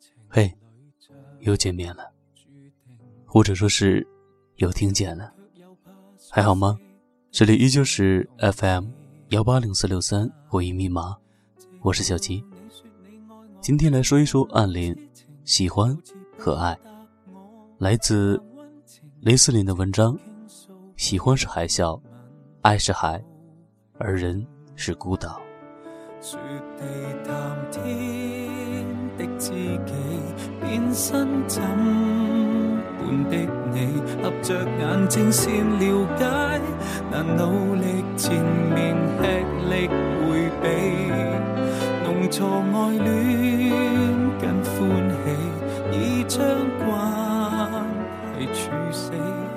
嘿，又见面了，或者说是又听见了，还好吗？这里依旧是 FM1804635回忆密码，我是小吉。今天来说一说暗恋、喜欢和爱，来自雷斯林的文章。喜歡是海嘯，愛是海，而人是孤島。 雪地談天的知己，變身怎般的你，合着眼睛先了解，難努力前面吃力迴避，弄錯愛戀跟歡喜，已將關係處死。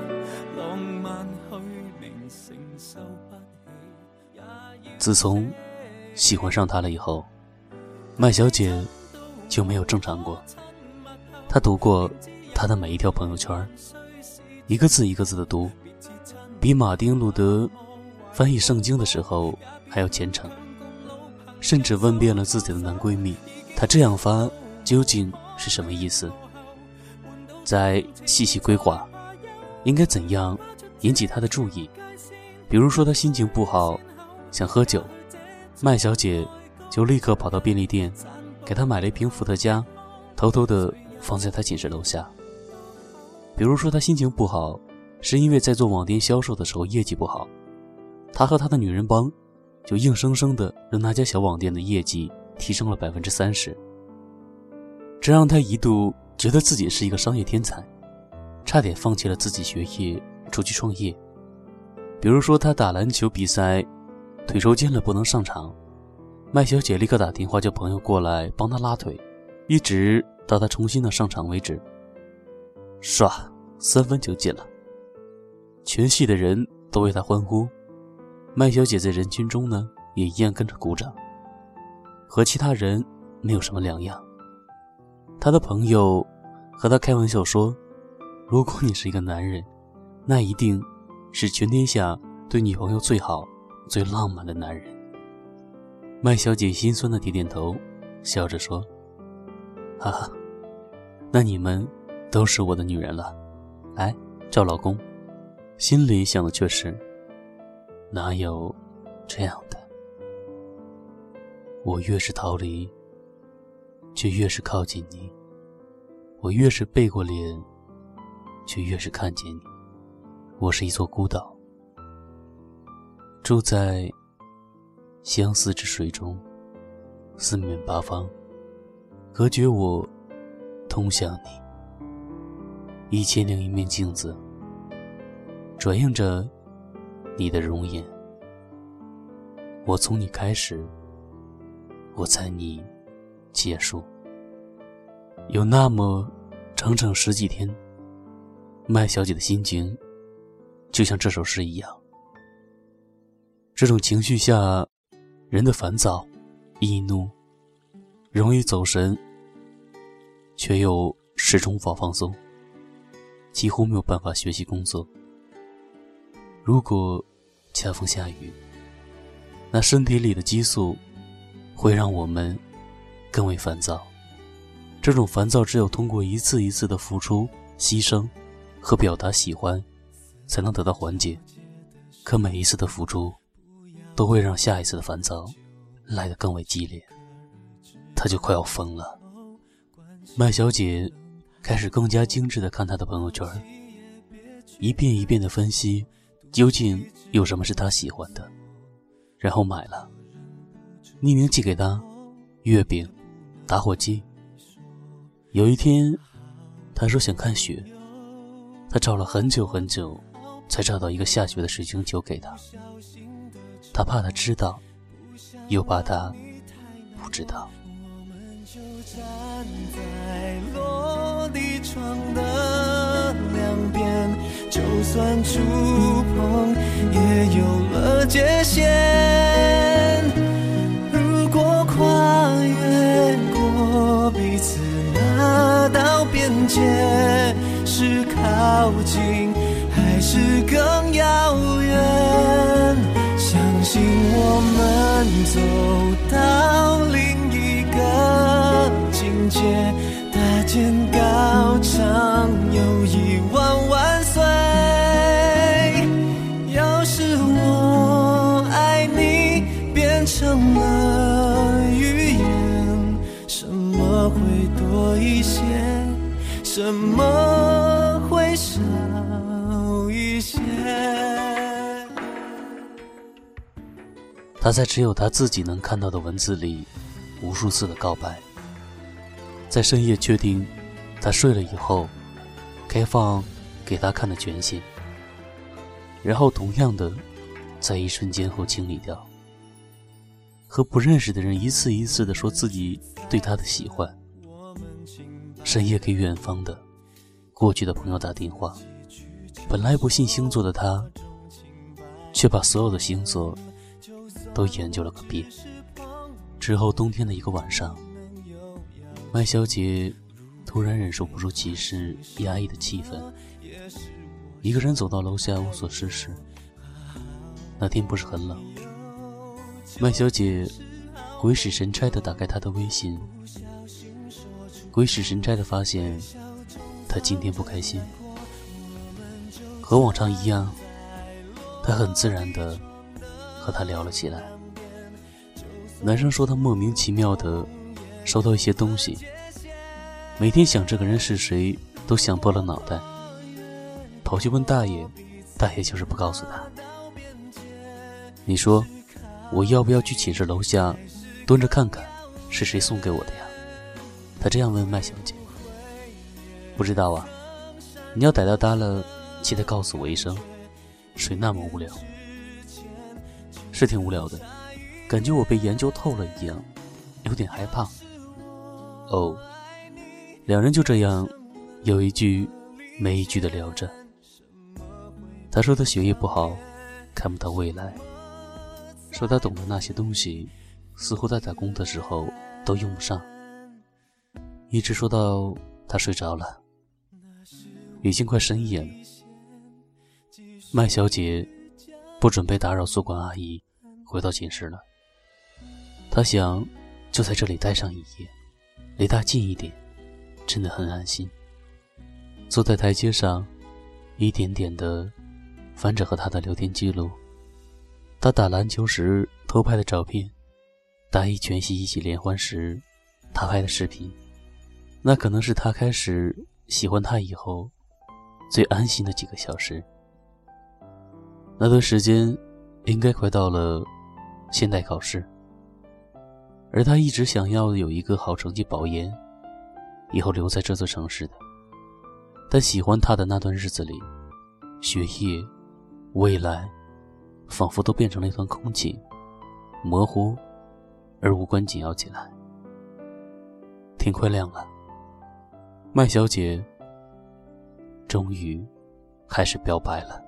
自從喜歡上他了以後，麥小姐就沒有正常過。她讀過他的每一條朋友圈，一個字一個字的讀，比馬丁路德翻譯聖經的時候還要虔誠，甚至問遍了自己的男閨蜜，他這樣發究竟是什麼意思，再細細規劃應該怎樣引起他的注意。比如說他心情不好想喝酒，麥小姐就立刻跑到便利店給他買了一瓶伏特加，偷偷地放在他寢室樓下。比如說他心情不好是因為在做網店銷售的時候業績不好，他和他的女人幫就硬生生地讓那家小網店的業績提升了 30%， 這讓他一度覺得自己是一個商業天才，差點放棄了自己學業出去創業。比如說他打籃球比賽腿抽筋了不能上場，麥小姐立刻打電話叫朋友過來幫他拉腿，一直到他重新的上場為止。唰，3分就進了，全系的人都為他歡呼，麥小姐在人群中呢也一樣跟着鼓掌，和其他人沒有什麼兩樣。他的朋友和他開玩笑說，如果你是一個男人，那一定是全天下對女朋友最好最浪漫的男人。麥小姐心酸的點點頭，笑着說，哈哈，那你們都是我的女人了，哎，趙老公。心裡想的卻是，哪有這樣的，我越是逃離卻越是靠近你，我越是背過臉卻越是看見你，我是一座孤島，住在相思之水中，四面八方隔絕我通向你，1001面鏡子轉映着你的容顏，我從你開始，我在你結束，有那麼整整10幾天，麥小姐的心情就像這首詩一樣。這種情緒下，人的煩躁、易怒，容易走神，卻又始終無法放鬆，幾乎沒有辦法學習工作。如果恰逢下雨，那身體裡的激素會讓我們更為煩躁。這種煩躁只有通過一次一次的付出、犧牲和表達喜歡，才能得到緩解。可每一次的付出都會讓下一次的煩躁來得更為激烈，他就快要瘋了。麥小姐開始更加精緻地看他的朋友圈，一遍一遍地分析究竟有什麼是他喜歡的，然後買了，匿名寄給他月餅、打火機。有一天他說想看雪，他找了很久很久才找到一個下雪的水晶球給他，他怕他知道，又怕他不知道。 我們就站在落地窗的兩邊，就算觸碰也有了界限，如果跨越過彼此那道邊界，是靠近還是更遙遠，相信我們走到另一個境界，但间高唱友谊万万岁。要是我爱你变成了语言，什么会多一些，什么会少一些。 他在只有他自己能看到的文字里无数次的告白，在深夜确定他睡了以后开放给他看的权限，然后同样的在一瞬间后清理掉，和不认识的人一次一次的说自己对他的喜欢，深夜给远方的过去的朋友打电话，本来不信星座的他却把所有的星座都研究了个遍。之后冬天的一个晚上，麦小姐突然忍受不住其实压抑的气氛，一个人走到楼下无所事事。那天不是很冷，麦小姐鬼使神差地打开她的微信，鬼使神差地发现她今天不开心。和往常一样，她很自然地和他聊了起来。男生说他莫名其妙地收到一些东西，每天想这个人是谁都想破了脑袋，跑去问大爷，大爷就是不告诉他。你说我要不要去寝室楼下蹲着看看是谁送给我的呀？他这样问麦小姐。不知道啊，你要逮到他了记得告诉我一声。谁那么无聊？是挺无聊的，感觉我被研究透了一样，有点害怕。哦，两人就这样有一句没一句的聊着。他说他学业不好，看不到未来，说他懂的那些东西似乎在打工的时候都用不上，一直说到他睡着了。已经快深夜了，麦小姐不准备打扰宿管阿姨，回到寝室了。她想就在这里待上一夜，离她近一点，真的很安心。坐在台阶上，一点点地翻着和他的聊天记录，他打篮球时偷拍的照片，大一全系一起联欢时他拍的视频，那可能是他开始喜欢他以后最安心的几个小时。那段时间应该快到了现代考试，而他一直想要有一个好成绩保研，以后留在这座城市的。但喜欢他的那段日子里，学业、未来仿佛都变成了一团空气，模糊而无关紧要起来。天快亮了，麦小姐终于开始表白了。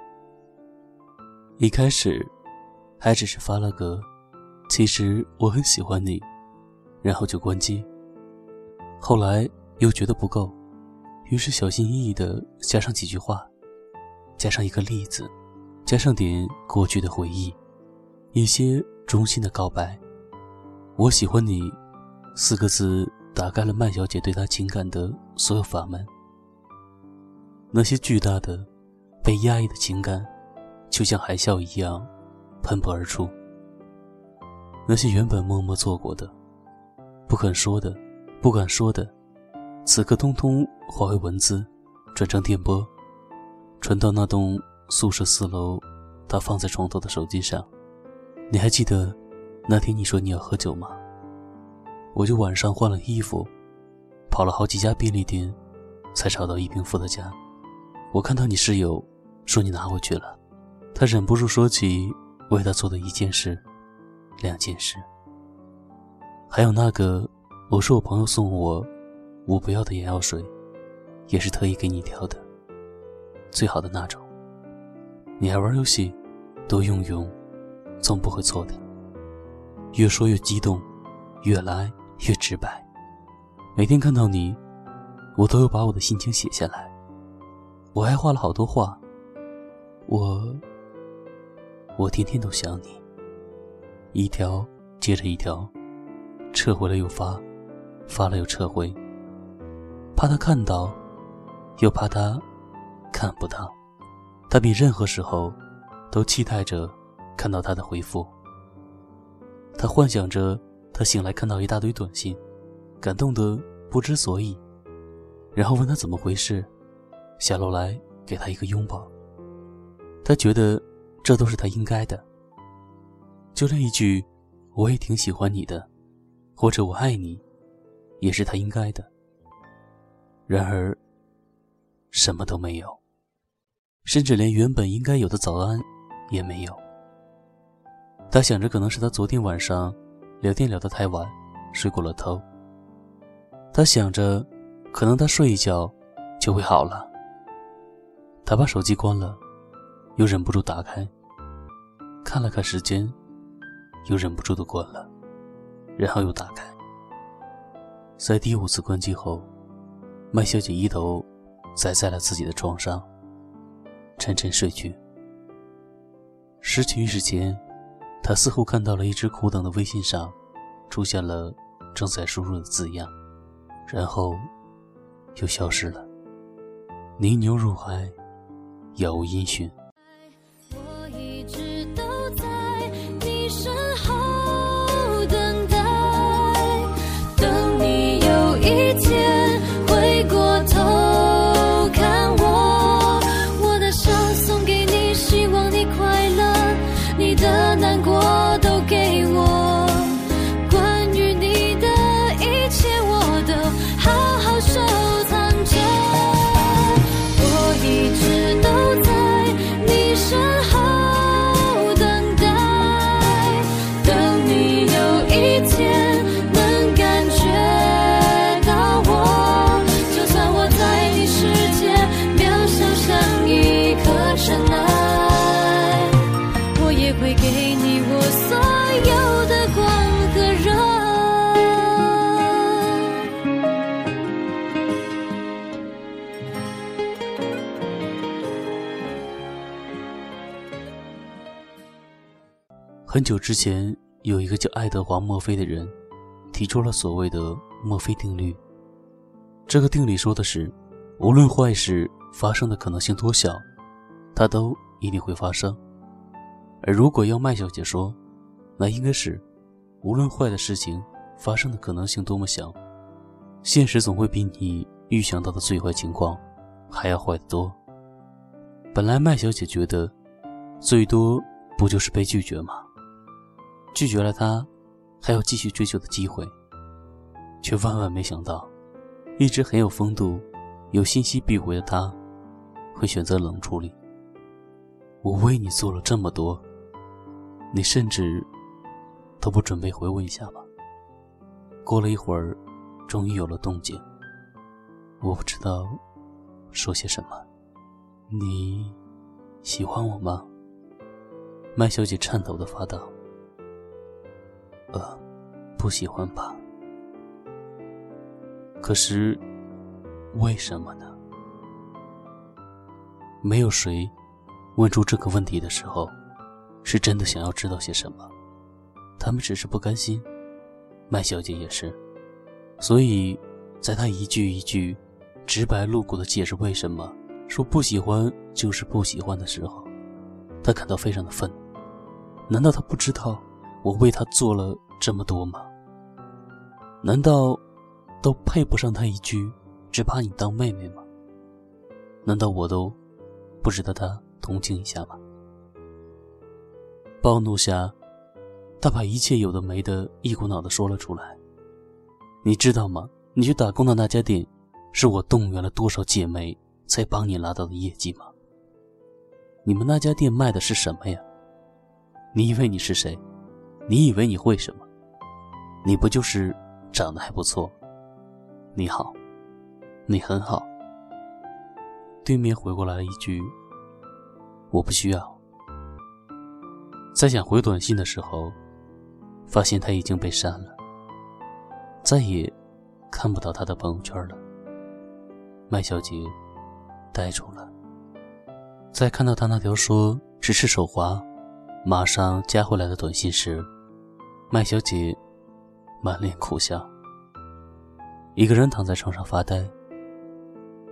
一开始还只是发了个其实我很喜欢你，然后就关机。后来又觉得不够，于是小心翼翼地加上几句话，加上一个例子，加上点过去的回忆，一些衷心的告白。我喜欢你4个字打开了麦小姐对她情感的所有阀门。那些巨大的被压抑的情感就像海啸一样喷薄而出，那些原本默默做过的、不肯说的、不敢说的，此刻通通化为文字，转成电波，传到那栋宿舍4楼他放在床头的手机上。你还记得那天你说你要喝酒吗？我就晚上换了衣服，跑了好几家便利店，才找到一瓶伏特加。我看到你室友说你拿回去了，他忍不住说起为他做的1件事、2件事，还有那个我说我朋友送我不要的眼药水，也是特意给你挑的，最好的那种。你还玩游戏，多用用，总不会错的。越说越激动，越来越直白。每天看到你，我都有把我的心情写下来。我还画了好多画，我天天都想你，一条接着一条，撤回了又发，发了又撤回。 怕他看到，又怕他看不到。他比任何时候都期待着看到他的回复。他幻想着他醒来看到一大堆短信，感动得不知所以，然后问他怎么回事，下楼来给他一个拥抱。他觉得这都是他应该的，就连一句我也挺喜欢你的，或者我爱你，也是他应该的。然而什么都没有，甚至连原本应该有的早安也没有。他想着可能是他昨天晚上聊天聊得太晚，睡过了头。他想着可能他睡一觉就会好了。他把手机关了，又忍不住打开，看了看时间，又忍不住地关了，然后又打开。在第5次关机后，麦小姐一头栽在了自己的床上，沉沉睡去。失去意识前，她似乎看到了一只苦等的微信上出现了正在输入的字样，然后又消失了。泥牛入海，杳无音讯。 我一直都在你身后等待，等你有一天回过头看我，我的笑送给你，希望你快乐，你的难过都给我，关于你的一切我都好好收藏着。我一直都在你身后等待，等你有一天能感觉到我，就算我在你世界渺小像一颗尘埃，我也会给你我所有的光和热。 很久之前，有一个叫爱德华·墨菲的人提出了所谓的墨菲定律。这个定理说的是，无论坏事发生的可能性多小，它都一定会发生。而如果要麦小姐说，那应该是无论坏的事情发生的可能性多么小，现实总会比你预想到的最坏情况还要坏得多。本来麦小姐觉得最多不就是被拒绝吗？拒绝了他还有继续追求的机会，却万万没想到一直很有风度有信息必回的他会选择冷处理。我为你做了这么多，你甚至都不准备回我一下吗？过了一会儿，终于有了动静。我不知道说些什么。你喜欢我吗？麦小姐颤抖地发道。不喜欢吧。可是为什么呢？没有谁问出这个问题的时候是真的想要知道些什么，他们只是不甘心，麦小姐也是。所以在她一句一句直白露骨的解释为什么说不喜欢就是不喜欢的时候，她感到非常的愤怒。难道她不知道我为她做了这么多吗？难道都配不上她一句只把你当妹妹吗？难道我都不值得她同情一下吗？暴怒下，她把一切有的没的一股脑的说了出来。你知道吗？你去打工的那家店是我动员了多少姐妹才帮你拿到的业绩吗？你们那家店卖的是什么呀？你以为你是谁？你以为你会什么？你不就是长得还不错？你好，你很好。对面回过来了一句，我不需要。在想回短信的时候，发现他已经被删了，再也看不到他的朋友圈了。麦小姐呆住了。在看到他那条说只是手滑马上加回来的短信时，麦小姐满脸苦笑，一个人躺在床上发呆，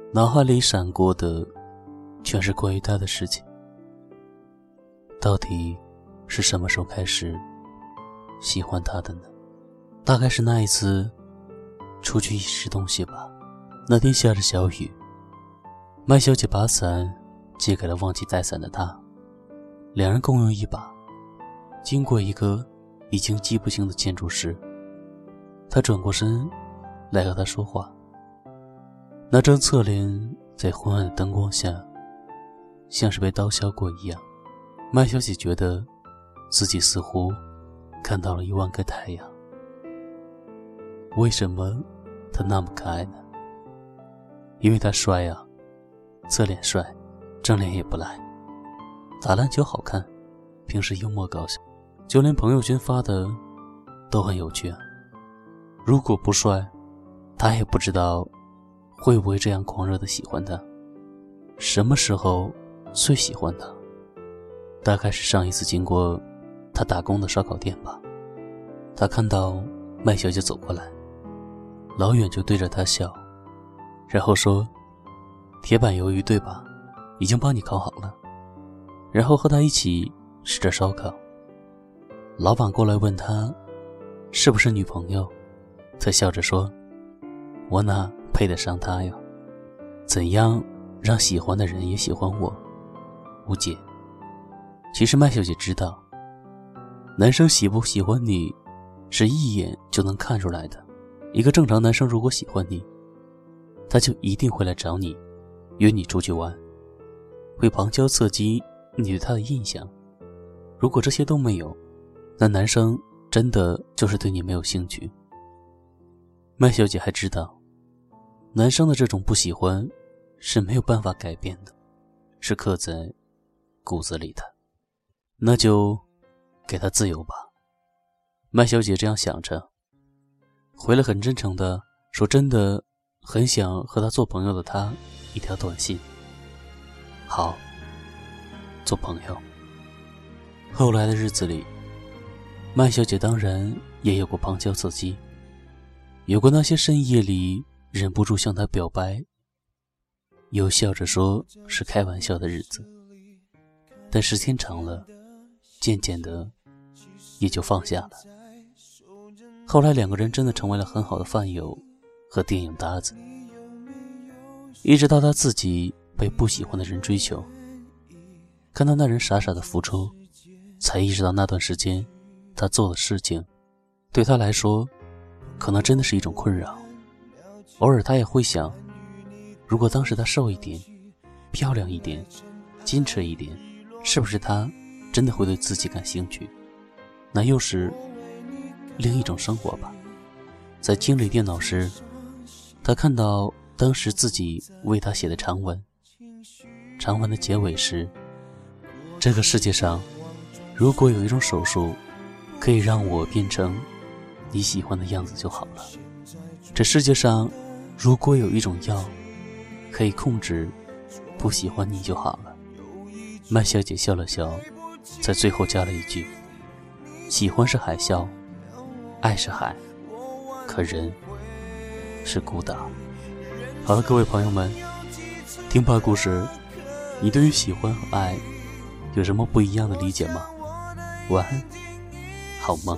脑海里闪过的全是关于他的事情。到底是什么时候开始喜欢他的呢？大概是那一次出去一起吃东西吧。那天下着小雨，麦小姐把伞借给了忘记带伞的他，两人共用一把。经过一个已经记不清的建筑时，他转过身来和他说话。那张侧脸在昏暗的灯光下像是被刀削过一样，麦小姐觉得自己似乎看到了10000个太阳。为什么他那么可爱呢？因为他帅啊，侧脸帅，正脸也不赖，打篮球好看，平时幽默搞笑，就连朋友圈发的都很有趣啊。如果不帅，他也不知道会不会这样狂热的喜欢他。什么时候最喜欢他？大概是上一次经过他打工的烧烤店吧。他看到麦小姐走过来，老远就对着他笑，然后说：铁板鱿鱼对吧？已经帮你烤好了。然后和他一起吃着烧烤。老板过来问他是不是女朋友，他笑着说：我哪配得上他呀？怎样让喜欢的人也喜欢我？无解。其实麦小姐知道，男生喜不喜欢你是一眼就能看出来的。一个正常男生如果喜欢你，他就一定会来找你，约你出去玩，会旁敲侧击你对他的印象。如果这些都没有，那男生真的就是对你没有兴趣。麦小姐还知道，男生的这种不喜欢是没有办法改变的，是刻在骨子里的。那就给他自由吧。麦小姐这样想着，回了很真诚的说真的很想和他做朋友的他一条短信：好，做朋友。后来的日子里，麦小姐当然也有过旁敲侧击，有过那些深夜里忍不住向他表白，又笑着说是开玩笑的日子。但时间长了，渐渐的也就放下了。后来两个人真的成为了很好的饭友和电影搭子，一直到他自己被不喜欢的人追求，看到那人傻傻的付出，才意识到那段时间他做的事情对他来说可能真的是一种困扰。偶尔他也会想，如果当时他瘦一点，漂亮一点，矜持一点，是不是他真的会对自己感兴趣？那又是另一种生活吧。在清理电脑时，他看到当时自己为他写的长文，长文的结尾是：这个世界上如果有一种手术可以让我变成你喜欢的样子就好了，这世界上如果有一种药可以控制不喜欢你就好了。麦小姐笑了笑，在最后加了一句：喜欢是海啸，爱是海，可人是孤岛。好了，各位朋友们，听吧故事，你对于喜欢和爱有什么不一样的理解吗？晚安，好梦。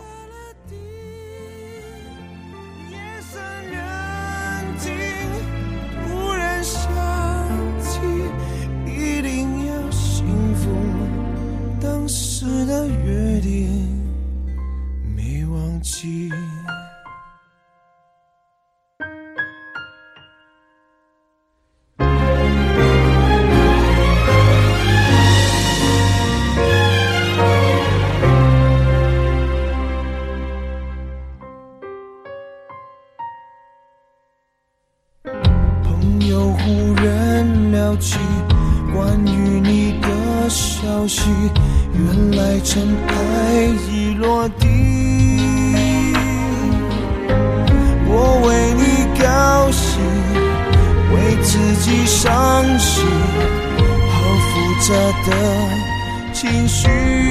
当时的约定没忘记。朋友忽然聊起关于你的消息，原来尘埃已落地。我为你高兴，为自己伤心，好复杂的情绪。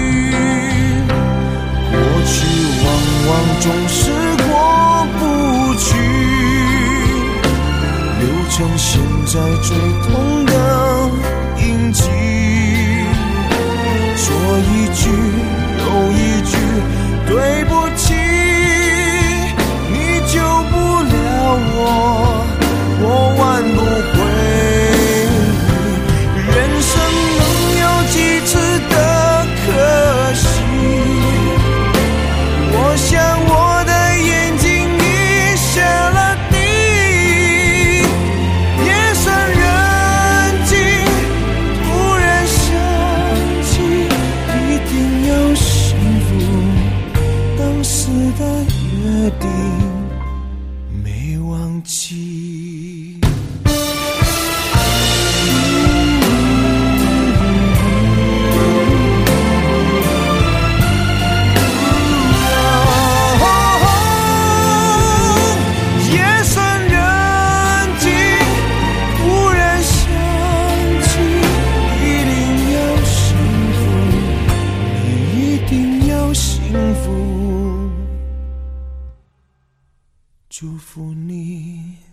过去往往总是过不去，留成现在最痛的印记，说一句又一句对不起，你救不了我，我挽不回你。人生能有几次的可惜，我想我的眼睛已下了地，夜深人静，突然想起一定要幸福，当时的约定没忘记。祝福你。